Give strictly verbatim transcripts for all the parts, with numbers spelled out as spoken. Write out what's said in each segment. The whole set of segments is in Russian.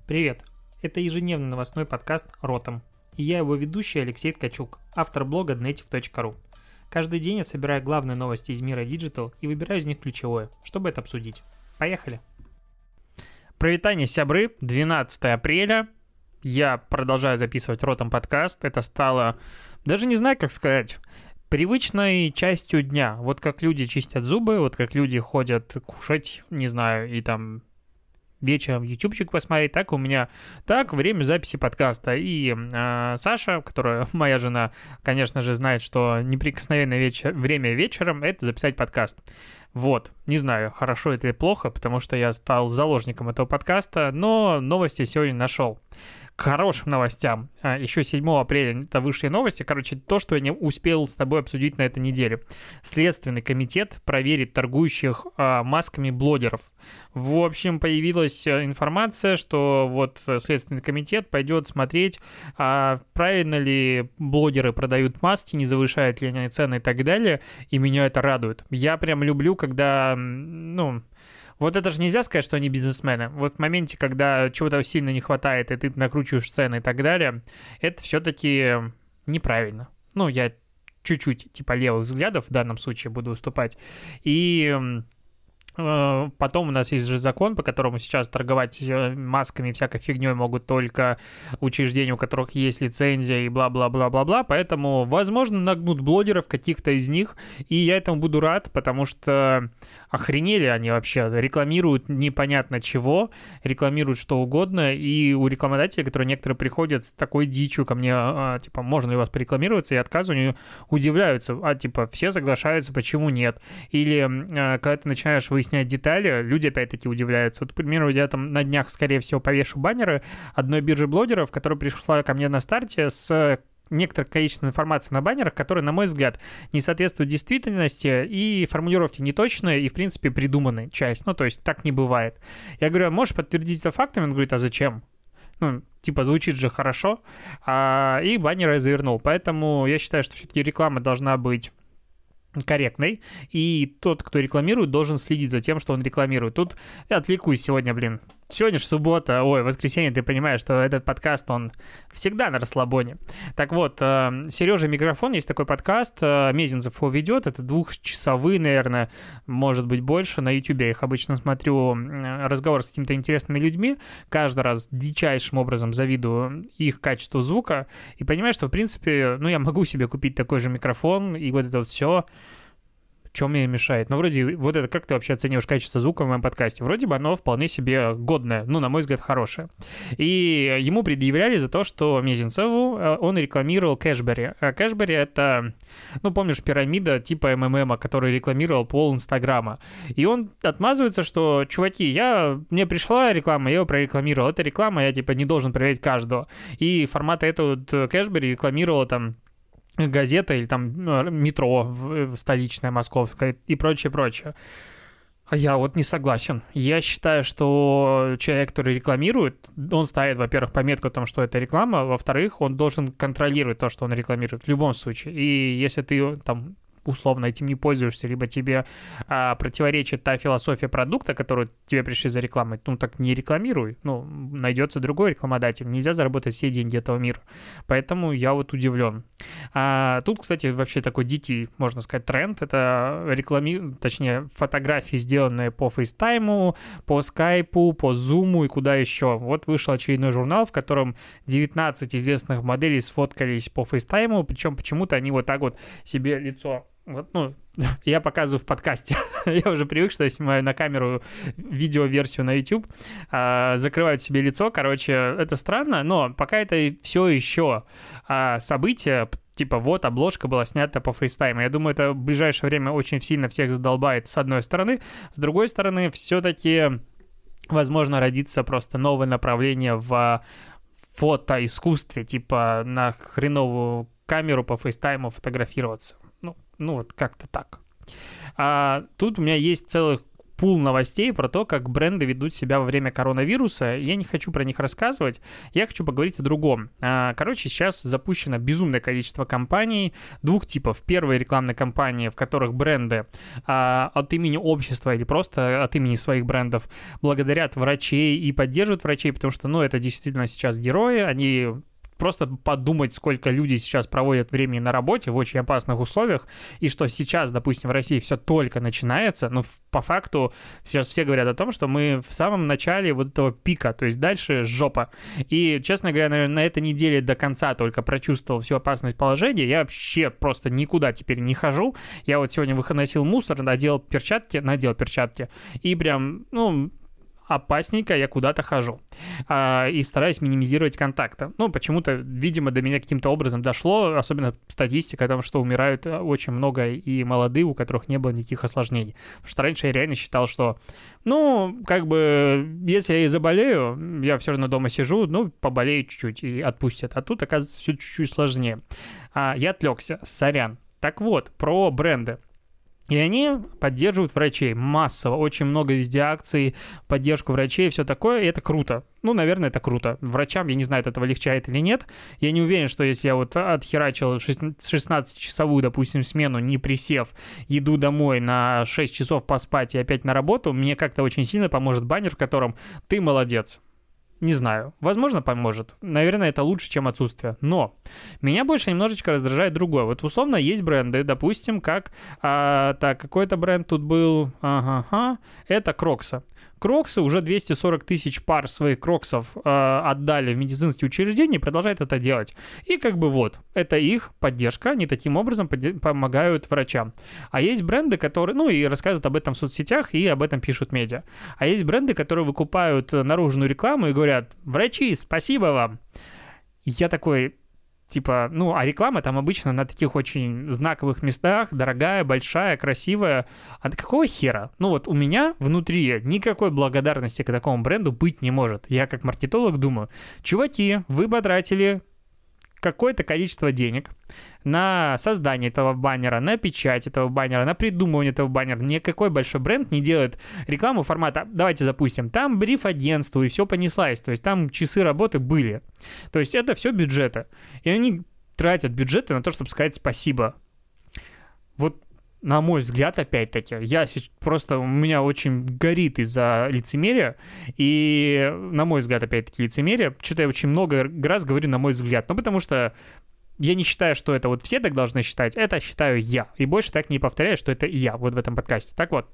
Привет! Это ежедневный новостной подкаст «Ротом». И я его ведущий Алексей Ткачук, автор блога днетив точка ру. Каждый день я собираю главные новости из мира Digital и выбираю из них ключевое, чтобы это обсудить. Поехали! Привитание, сябры! двенадцатое апреля. Я продолжаю записывать «Ротом» подкаст. Это стало, даже не знаю, как сказать, привычной частью дня. Вот как люди чистят зубы, вот как люди ходят кушать, не знаю, и там вечером ютубчик посмотреть, так у меня так время записи подкаста. И э, Саша, которая моя жена, конечно же, знает, что неприкосновенное вечер, время вечером — это записать подкаст. Вот, не знаю, хорошо это или плохо, потому что я стал заложником этого подкаста, но новости сегодня нашел. К хорошим новостям. Еще седьмого апреля это вышли новости. Короче, то, что я не успел с тобой обсудить на этой неделе. Следственный комитет проверит торгующих а, масками блогеров. В общем, появилась информация, что вот Следственный комитет пойдет смотреть, а, правильно ли блогеры продают маски, не завышают ли они цены и так далее. И меня это радует. Я прям люблю, когда, ну... Вот это же нельзя сказать, что они бизнесмены. Вот в моменте, когда чего-то сильно не хватает, и ты накручиваешь цены и так далее, это все-таки неправильно. Ну, я чуть-чуть типа левых взглядов в данном случае буду выступать. И э, потом у нас есть же закон, по которому сейчас торговать масками и всякой фигней могут только учреждения, у которых есть лицензия и бла-бла-бла-бла-бла. Поэтому, возможно, нагнут блогеров, каких-то из них, и я этому буду рад, потому что... Охренели они вообще, рекламируют непонятно чего, рекламируют что угодно, и у рекламодателей, которые некоторые приходят с такой дичью ко мне, а, типа, можно ли у вас порекламироваться, и отказывают, удивляются, а, типа, все соглашаются, почему нет. Или, а, когда ты начинаешь выяснять детали, люди опять-таки удивляются. Вот, к примеру, я там на днях, скорее всего, повешу баннеры одной биржи блогеров, которая пришла ко мне на старте с... некоторое количество информации на баннерах, которые, на мой взгляд, не соответствуют действительности, и формулировки неточные, и, в принципе, придуманные часть. Ну, то есть, так не бывает. Я говорю, а можешь подтвердить это фактами? Он говорит, а зачем? Ну, типа, звучит же хорошо. А, и баннеры я завернул. Поэтому я считаю, что все-таки реклама должна быть корректной, и тот, кто рекламирует, должен следить за тем, что он рекламирует. Тут я отвлекусь сегодня, блин. Сегодня же суббота, ой, воскресенье, ты понимаешь, что этот подкаст, он всегда на расслабоне. Так вот, Сережа Микрофон, есть такой подкаст, Мезенцев его ведет, это двухчасовые, наверное, может быть больше, на ютубе я их обычно смотрю, разговор с какими-то интересными людьми, каждый раз дичайшим образом завидую их качеству звука, и понимаю, что, в принципе, ну, я могу себе купить такой же микрофон, и вот это вот все... Что мне мешает? Ну, вроде, вот это, как ты вообще оцениваешь качество звука в моем подкасте? Вроде бы оно вполне себе годное, ну, на мой взгляд, хорошее. И ему предъявляли за то, что Мезенцеву он рекламировал Кэшбери. А Кэшбери — это, ну, помнишь, пирамида типа эм эм эм, который рекламировал пол Инстаграма. И он отмазывается, что, чуваки, я, мне пришла реклама, я ее прорекламировал. Это реклама, я, типа, не должен проверять каждого. И формата этого вот Кэшбери рекламировала там газета или там метро в, в столичное, московское и прочее, прочее. А я вот не согласен. Я считаю, что человек, который рекламирует, он ставит, во-первых, пометку о том, что это реклама, во-вторых, он должен контролировать то, что он рекламирует в любом случае. И если ты там условно этим не пользуешься, либо тебе а, противоречит та философия продукта, которую тебе пришли за рекламой, ну так не рекламируй, ну, найдется другой рекламодатель, нельзя заработать все деньги этого мира, поэтому я вот удивлен. А, тут, кстати, вообще такой дикий, можно сказать, тренд, это реклами... точнее, фотографии, сделанные по фейстайму, по скайпу, по зуму и куда еще. Вот вышел очередной журнал, в котором девятнадцать известных моделей сфоткались по фейстайму, причем почему-то они вот так вот себе лицо... Вот, ну, я показываю в подкасте. Я уже привык, что я снимаю на камеру видеоверсию на YouTube, а, закрывают себе лицо. Короче, это странно, но пока это все еще а, событие, типа вот обложка была снята по фейстайму. Я думаю, это в ближайшее время очень сильно всех задолбает с одной стороны. С другой стороны, все-таки, возможно, родится просто новое направление в фотоискусстве, типа на хреновую камеру по фейстайму фотографироваться. Ну, ну вот как-то так. А тут у меня есть целых пул новостей про то, как бренды ведут себя во время коронавируса. Я не хочу про них рассказывать, я хочу поговорить о другом. Короче, сейчас запущено безумное количество кампаний двух типов. Первые рекламные кампании, в которых бренды от имени общества или просто от имени своих брендов благодарят врачей и поддерживают врачей, потому что, ну, это действительно сейчас герои, они... Просто подумать, сколько люди сейчас проводят времени на работе в очень опасных условиях, и что сейчас, допустим, в России все только начинается, но по факту сейчас все говорят о том, что мы в самом начале вот этого пика, то есть дальше жопа. И, честно говоря, наверное, на этой неделе до конца только прочувствовал всю опасность положения. Я вообще просто никуда теперь не хожу. Я вот сегодня выносил мусор, надел перчатки, надел перчатки, и прям, ну... опасненько я куда-то хожу а, и стараюсь минимизировать контакты. Ну, почему-то, видимо, до меня каким-то образом дошло, особенно статистика о том, что умирают очень много и молодые, у которых не было никаких осложнений. Потому что раньше я реально считал, что, ну, как бы, если я и заболею, я все равно дома сижу, ну, поболею чуть-чуть и отпустят. А тут, оказывается, все чуть-чуть сложнее. А, я отвлекся, сорян. Так вот, про бренды. И они поддерживают врачей массово, очень много везде акций, поддержку врачей и все такое, и это круто. Ну, наверное, это круто. Врачам, я не знаю, от этого легчает или нет. Я не уверен, что если я вот отхерачил шестнадцатичасовую, допустим, смену, не присев, иду домой на шесть часов поспать и опять на работу, мне как-то очень сильно поможет баннер, в котором «ты молодец». Не знаю. Возможно, поможет. Наверное, это лучше, чем отсутствие. Но меня больше немножечко раздражает другое. Вот условно есть бренды, допустим, как... А, так, какой-то бренд тут был... Ага, это Кроксы. Кроксы уже двести сорок тысяч пар своих кроксов э, отдали в медицинские учреждения и продолжают это делать. И как бы вот, это их поддержка, они таким образом под- помогают врачам. А есть бренды, которые, ну и рассказывают об этом в соцсетях и об этом пишут медиа. А есть бренды, которые выкупают наружную рекламу и говорят: врачи, спасибо вам. И я такой... Типа, ну, а реклама там обычно на таких очень знаковых местах, дорогая, большая, красивая. А какого хера? Ну вот у меня внутри никакой благодарности к такому бренду быть не может. Я как маркетолог думаю: чуваки, вы потратили какое-то количество денег на создание этого баннера, на печать этого баннера, на придумывание этого баннера. Никакой большой бренд не делает рекламу формата «давайте запустим». Там бриф агентству, и все понеслась. То есть там часы работы были. То есть это все бюджеты. И они тратят бюджеты на то, чтобы сказать спасибо. Вот, на мой взгляд, опять-таки, я просто, у меня очень горит из-за лицемерия, и, на мой взгляд, опять-таки, лицемерие. Что-то я очень много раз говорю «на мой взгляд», ну, потому что я не считаю, что это вот все так должны считать, это считаю я, и больше так не повторяю, что это я вот в этом подкасте. Так вот,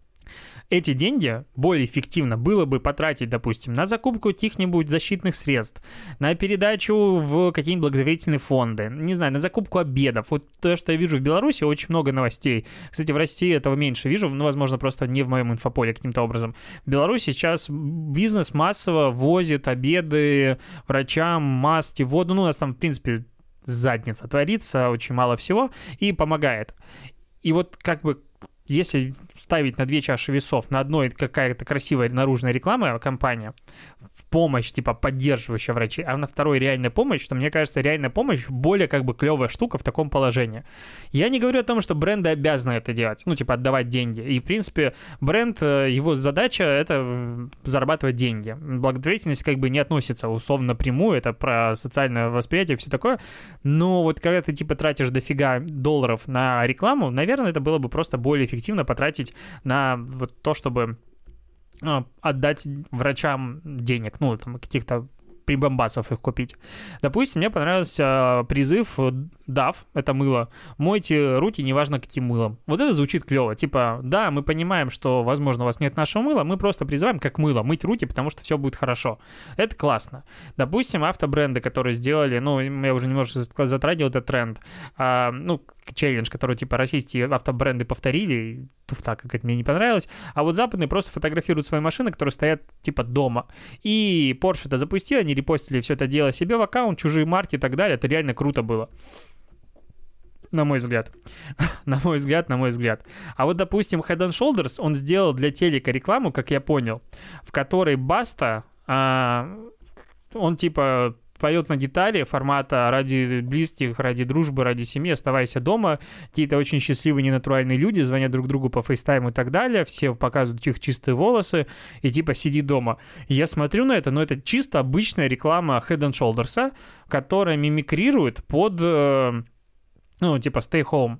эти деньги более эффективно было бы потратить, допустим, на закупку каких-нибудь защитных средств, на передачу в какие-нибудь благотворительные фонды, не знаю, на закупку обедов. Вот то, что я вижу в Беларуси, очень много новостей. Кстати, в России этого меньше вижу, ну, возможно, просто не в моем инфополе каким-то образом. В Беларуси сейчас бизнес массово возит обеды врачам, маски, воду. Ну, у нас там, в принципе, задница творится, очень мало всего, и помогает. И вот как бы если ставить на две чаши весов, на одной какая-то красивая наружная реклама, компания, в помощь, типа, поддерживающая врачей, а на второй реальная помощь, что, мне кажется, реальная помощь более, как бы, клевая штука в таком положении. Я не говорю о том, что бренды обязаны это делать, ну, типа, отдавать деньги. И, в принципе, бренд, его задача — это зарабатывать деньги. Благотворительность, как бы, не относится, условно, напрямую, это про социальное восприятие и все такое. Но вот когда ты, типа, тратишь дофига долларов на рекламу, наверное, это было бы просто более эффективно потратить на вот то, чтобы э, отдать врачам денег, ну, там, каких-то прибамбасов их купить. Допустим, мне понравился призыв дав, это мыло, мойте руки, неважно каким мылом. Вот это звучит клево. Типа, да, мы понимаем, что, возможно, у вас нет нашего мыла, мы просто призываем как мыло мыть руки, потому что все будет хорошо. Это классно. Допустим, автобренды, которые сделали, ну, я уже немножко затрагивал этот тренд, а, ну, челлендж, который, типа, российские автобренды повторили, туфта какая-то мне не понравилась, а вот западные просто фотографируют свои машины, которые стоят, типа, дома. И Porsche это запустил, они репостили все это дело себе в аккаунт, чужие марки и так далее. Это реально круто было. На мой взгляд. на мой взгляд, на мой взгляд. А вот, допустим, Head and Shoulders, он сделал для телека рекламу, как я понял, в которой Баста, а, он, типа, поет на гитаре формата ради близких, ради дружбы, ради семьи, оставайся дома. Какие-то очень счастливые, ненатуральные люди звонят друг другу по фейстайму и так далее. Все показывают их чистые волосы и типа сиди дома. И я смотрю на это, но это чисто обычная реклама Head and Shoulders, которая мимикрирует под, ну, типа stay home.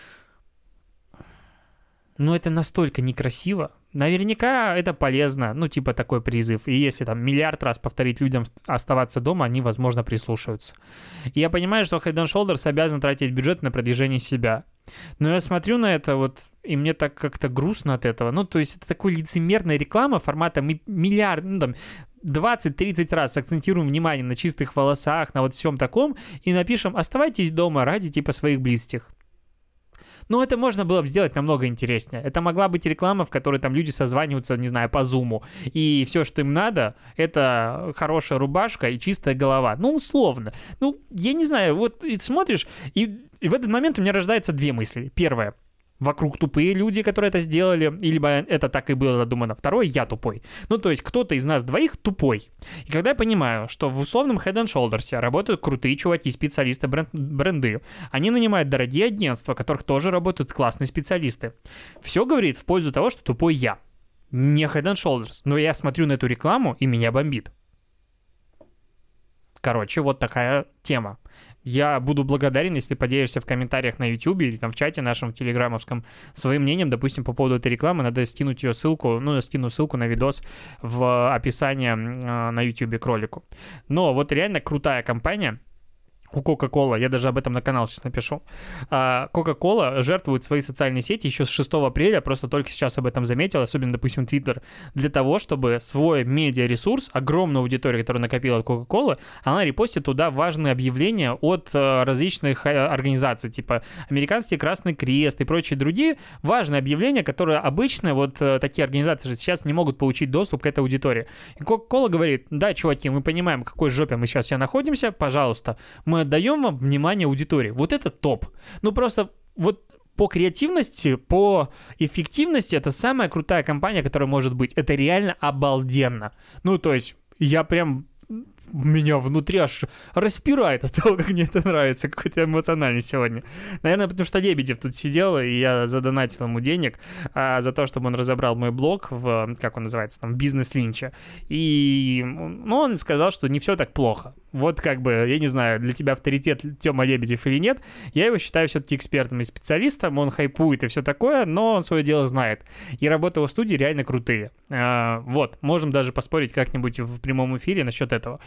Но это настолько некрасиво. Наверняка это полезно, ну, типа такой призыв. И если там миллиард раз повторить людям оставаться дома, они, возможно, прислушаются. И я понимаю, что Head and Shoulders обязан тратить бюджет на продвижение себя. Но я смотрю на это вот, и мне так как-то грустно от этого. Ну, то есть это такая лицемерная реклама формата миллиард, ну, там, двадцать-тридцать раз акцентируем внимание на чистых волосах, на вот всем таком, и напишем «оставайтесь дома ради, типа, своих близких». Ну, это можно было бы сделать намного интереснее. Это могла быть реклама, в которой там люди созваниваются, не знаю, по зуму. И все, что им надо, это хорошая рубашка и чистая голова. Ну, условно. Ну, я не знаю, вот и смотришь, и, и в этот момент у меня рождаются две мысли. Первая. Вокруг тупые люди, которые это сделали, либо это так и было задумано. Второе, я тупой. Ну, то есть кто-то из нас двоих тупой. И когда я понимаю, что в условном Head and Shoulders работают крутые чуваки, специалисты, бренд, бренды, они нанимают дорогие агентства, в которых тоже работают классные специалисты. Все говорит в пользу того, что тупой я. Не Head and Shoulders. Но я смотрю на эту рекламу, и меня бомбит. Короче, вот такая тема. Я буду благодарен, если поделишься в комментариях на YouTube или там в чате нашем, в телеграммовском, своим мнением, допустим, по поводу этой рекламы. Надо скинуть ее ссылку, ну, я скину ссылку на видос в описании э, на YouTube к ролику. Но вот реально крутая компания. У Coca-Cola, я даже об этом на канал сейчас напишу, Coca-Cola жертвует свои социальные сети еще с шестого апреля, просто только сейчас об этом заметил, особенно, допустим, Twitter, для того, чтобы свой медиаресурс, огромную аудиторию, которую накопила Coca-Cola, она репостит туда важные объявления от различных организаций, типа Американский Красный Крест и прочие другие важные объявления, которые обычно вот такие организации сейчас не могут получить доступ к этой аудитории. И Coca-Cola говорит: да, чуваки, мы понимаем, в какой жопе мы сейчас все находимся, пожалуйста, мы отдаем вам внимание аудитории. Вот это топ. Ну просто вот по креативности, по эффективности это самая крутая компания, которая может быть. Это реально обалденно. Ну то есть я прям... меня внутри аж распирает от того, как мне это нравится, какой-то эмоциональный сегодня. Наверное, потому что Лебедев тут сидел, и я задонатил ему денег а, за то, чтобы он разобрал мой блог в, как он называется, там, бизнес-линче. И, ну, он сказал, что не все так плохо. Вот как бы, я не знаю, для тебя авторитет Тёма Лебедев или нет, я его считаю все-таки экспертом и специалистом, он хайпует и все такое, но он свое дело знает. И работы его студии реально крутые. А, вот, можем даже поспорить как-нибудь в прямом эфире насчет этого.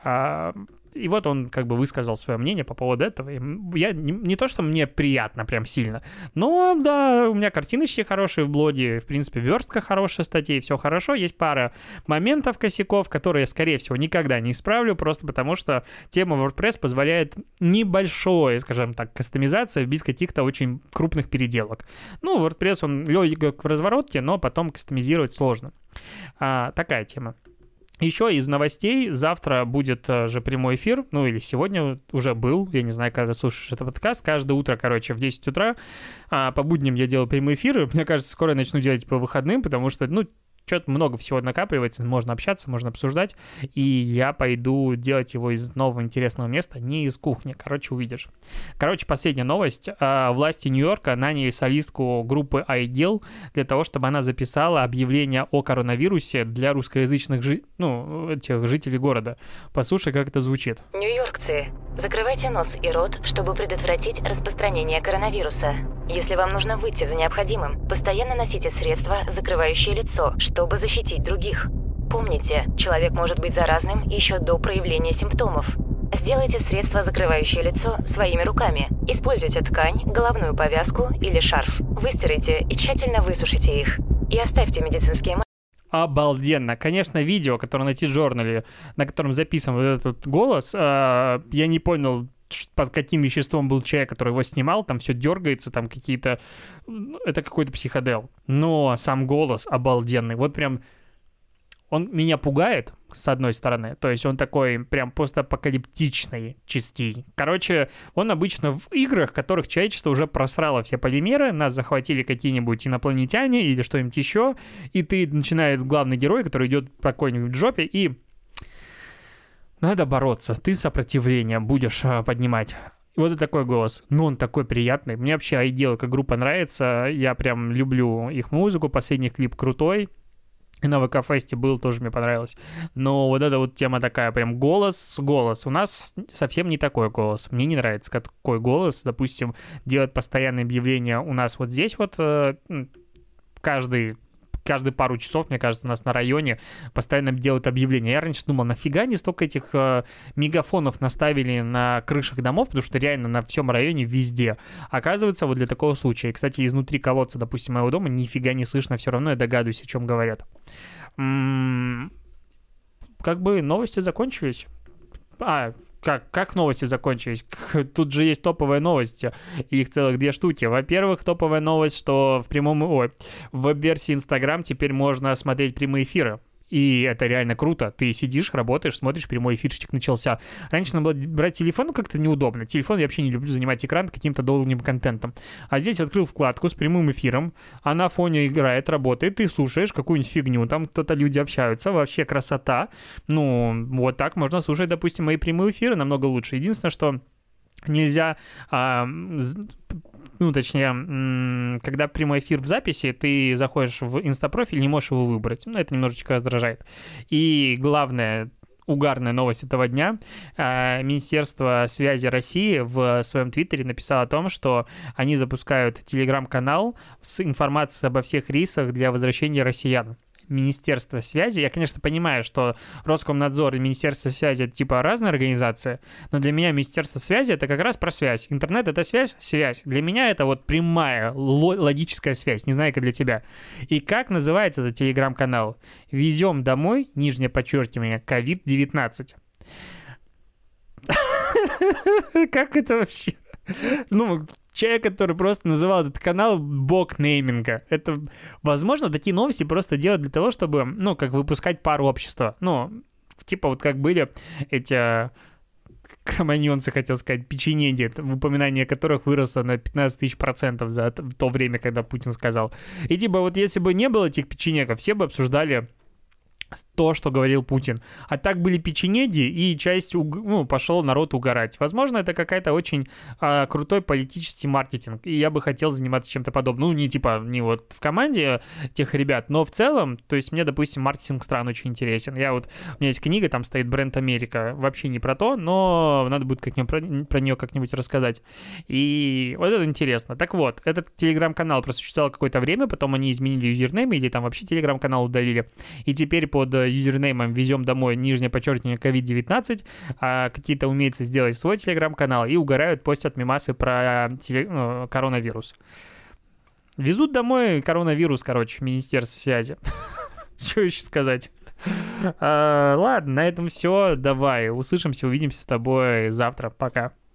И вот он как бы высказал свое мнение по поводу этого. Я не, не то, что мне приятно прям сильно, но да, у меня картиночки хорошие в блоге, в принципе, верстка хорошая статей, все хорошо. Есть пара моментов, косяков, которые я, скорее всего, никогда не исправлю, просто потому что тема WordPress позволяет небольшое, скажем так, кастомизация без каких-то очень крупных переделок. Ну, WordPress, он легок в разворотке, но потом кастомизировать сложно. А, такая тема. Еще из новостей, завтра будет же прямой эфир, ну или сегодня уже был, я не знаю, когда слушаешь этот подкаст, каждое утро, короче, в десять утра, а по будням я делаю прямые эфиры, мне кажется, скоро я начну делать по выходным, потому что, ну, что-то много всего накапливается, можно общаться, можно обсуждать, и я пойду делать его из нового интересного места, не из кухни, короче, увидишь. Короче, последняя новость. Власти Нью-Йорка наняли солистку группы iDeal для того, чтобы она записала объявление о коронавирусе для русскоязычных жи... ну, этих жителей города. Послушай, как это звучит. Нью-Йоркцы, закрывайте нос и рот, чтобы предотвратить распространение коронавируса. Если вам нужно выйти за необходимым, постоянно носите средства, закрывающие лицо, чтобы защитить других. Помните, человек может быть заразным еще до проявления симптомов. Сделайте средства, закрывающие лицо, своими руками. Используйте ткань, головную повязку или шарф. Выстирайте и тщательно высушите их. И оставьте медицинские маски. Обалденно. Конечно, видео, которое найти в журнале, на котором записан вот этот голос, э, я не понял, под каким веществом был человек, который его снимал, там все дергается, там какие-то... Это какой-то психодел. Но сам голос обалденный. Вот прям он меня пугает, с одной стороны. То есть он такой прям постапокалиптичный, чистый. Короче, он обычно в играх, в которых человечество уже просрало все полимеры, нас захватили какие-нибудь инопланетяне или что-нибудь еще, и ты начинает главный герой, который идет по какой-нибудь жопе, и... надо бороться, ты сопротивление будешь поднимать. И вот и такой голос. Ну, он такой приятный. Мне вообще Ideal как группа нравится. Я прям люблю их музыку. Последний клип крутой. И на ВК-фесте был, тоже мне понравилось. Но вот эта вот тема такая, прям голос, голос. У нас совсем не такой голос. Мне не нравится такой голос. Допустим, делать постоянные объявления у нас вот здесь вот каждый... каждые пару часов, мне кажется, у нас на районе постоянно делают объявления. Я раньше думал, нафига не столько этих э, мегафонов наставили на крышах домов, потому что реально на всем районе везде. Оказывается, вот для такого случая. Кстати, изнутри колодца, допустим, моего дома нифига не слышно, все равно я догадываюсь, о чем говорят. М-м- как бы новости закончились. А, Как, как новости закончились? Тут же есть топовые новости, их целых две штуки. Во-первых, топовая новость, что в прямом... Ой, в веб-версии Instagram теперь можно смотреть прямые эфиры. И это реально круто. Ты сидишь, работаешь, смотришь, прямой эфирчик начался. Раньше надо было брать телефон, ну как-то неудобно. Телефон я вообще не люблю занимать экран каким-то долгим контентом. А здесь открыл вкладку с прямым эфиром, а на фоне играет, работает, ты слушаешь какую-нибудь фигню, там кто-то люди общаются, вообще красота. Ну, вот так можно слушать, допустим, мои прямые эфиры намного лучше. Единственное, что нельзя... А, ну, точнее, когда прямой эфир в записи, ты заходишь в инстапрофиль, не можешь его выбрать. Ну, это немножечко раздражает. И главное, угарная новость этого дня. Министерство связи России в своем твиттере написало о том, что они запускают телеграм-канал с информацией обо всех рейсах для возвращения россиян. Министерство связи. Я, конечно, понимаю, что Роскомнадзор и Министерство связи — это типа разные организации, но для меня Министерство связи — это как раз про связь. Интернет — это связь? Связь. Для меня это вот прямая логическая связь. Не знаю, как для тебя. И как называется этот телеграм-канал? «Везем домой», нижнее подчеркивание, ковид девятнадцать. Как это вообще? Ну, человек, который просто называл этот канал бог нейминга. Это, возможно, такие новости просто делают для того, чтобы, ну, как выпускать пару общества. Ну, типа вот как были эти кроманьонцы, хотел сказать, печенеги, упоминание которых выросло на пятнадцать тысяч процентов за то время, когда Путин сказал. И типа вот если бы не было этих печенегов, все бы обсуждали то, что говорил Путин. А так были печенеги, и часть, ну, пошел народ угорать. Возможно, это какая-то очень а, крутой политический маркетинг, и я бы хотел заниматься чем-то подобным. Ну, не типа, не вот в команде тех ребят, но в целом, то есть мне, допустим, маркетинг стран очень интересен. Я вот, у меня есть книга, там стоит «Бренд Америка», вообще не про то, но надо будет как-нибудь про, про нее как-нибудь рассказать. И вот это интересно. Так вот, этот телеграм-канал просуществовал какое-то время, потом они изменили юзернейм, или там вообще телеграм-канал удалили, и теперь под юзернеймом «Везем домой», нижнее подчеркивание, ковид девятнадцать, а какие-то умельцы сделать свой телеграм-канал и угорают, постят мемасы про теле... ну, коронавирус. Везут домой коронавирус, короче, Министерство связи. Что еще сказать? А, ладно, на этом все. Давай, услышимся, увидимся с тобой завтра. Пока.